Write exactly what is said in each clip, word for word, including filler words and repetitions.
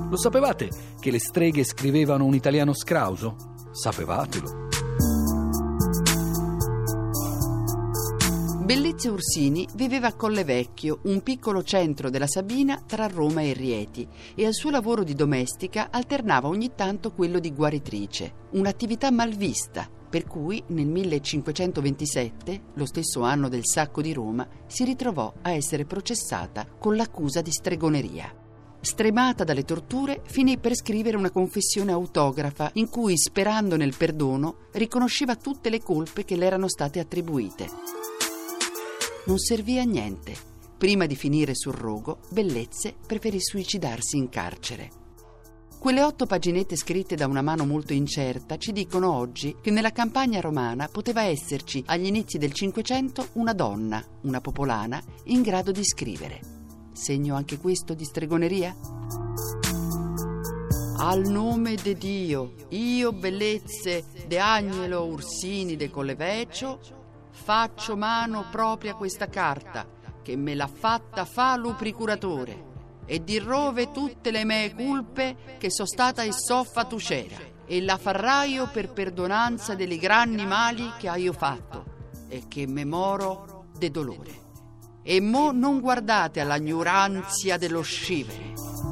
Lo sapevate che le streghe scrivevano un italiano scrauso? Sapevatelo. Bellezze Ursini viveva a Collevecchio, un piccolo centro della Sabina tra Roma e Rieti, e al suo lavoro di domestica alternava ogni tanto quello di guaritrice, un'attività malvista, per cui nel millecinquecentoventisette, lo stesso anno del sacco di Roma, si ritrovò a essere processata con l'accusa di stregoneria. Stremata dalle torture, finì per scrivere una confessione autografa in cui, sperando nel perdono, riconosceva tutte le colpe che le erano state attribuite. Non servì a niente. Prima di finire sul rogo, Bellezze preferì suicidarsi in carcere. Quelle otto paginette scritte da una mano molto incerta ci dicono oggi che nella campagna romana poteva esserci, agli inizi del Cinquecento, una donna, una popolana, in grado di scrivere. Segno anche questo di stregoneria? Al nome de Dio, io Bellezze de Agnelo Ursini de Colleveccio, faccio mano propria questa carta, che me l'ha fatta fa lu procuratore, e dirrove tutte le mie colpe che so stata e soffa tucera, e la farraio per perdonanza delle grandi mali che haio fatto, e che me moro de dolore. E mo non guardate alla ignoranzia dello scivere.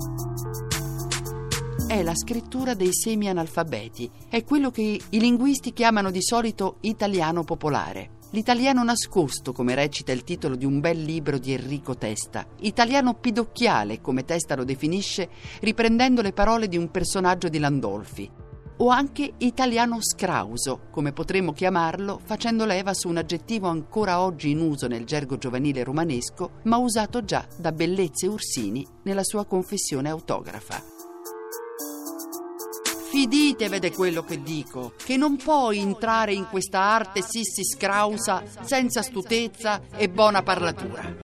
È la scrittura dei semi-analfabeti, è quello che i linguisti chiamano di solito italiano popolare. L'italiano nascosto, come recita il titolo di un bel libro di Enrico Testa, italiano pidocchiale, come Testa lo definisce, riprendendo le parole di un personaggio di Landolfi, o anche italiano scrauso, come potremmo chiamarlo, facendo leva su un aggettivo ancora oggi in uso nel gergo giovanile romanesco, ma usato già da Bellezze Ursini nella sua confessione autografa. Fiditevi di quello che dico, che non puoi entrare in questa arte sissi scrausa senza astutezza e buona parlatura.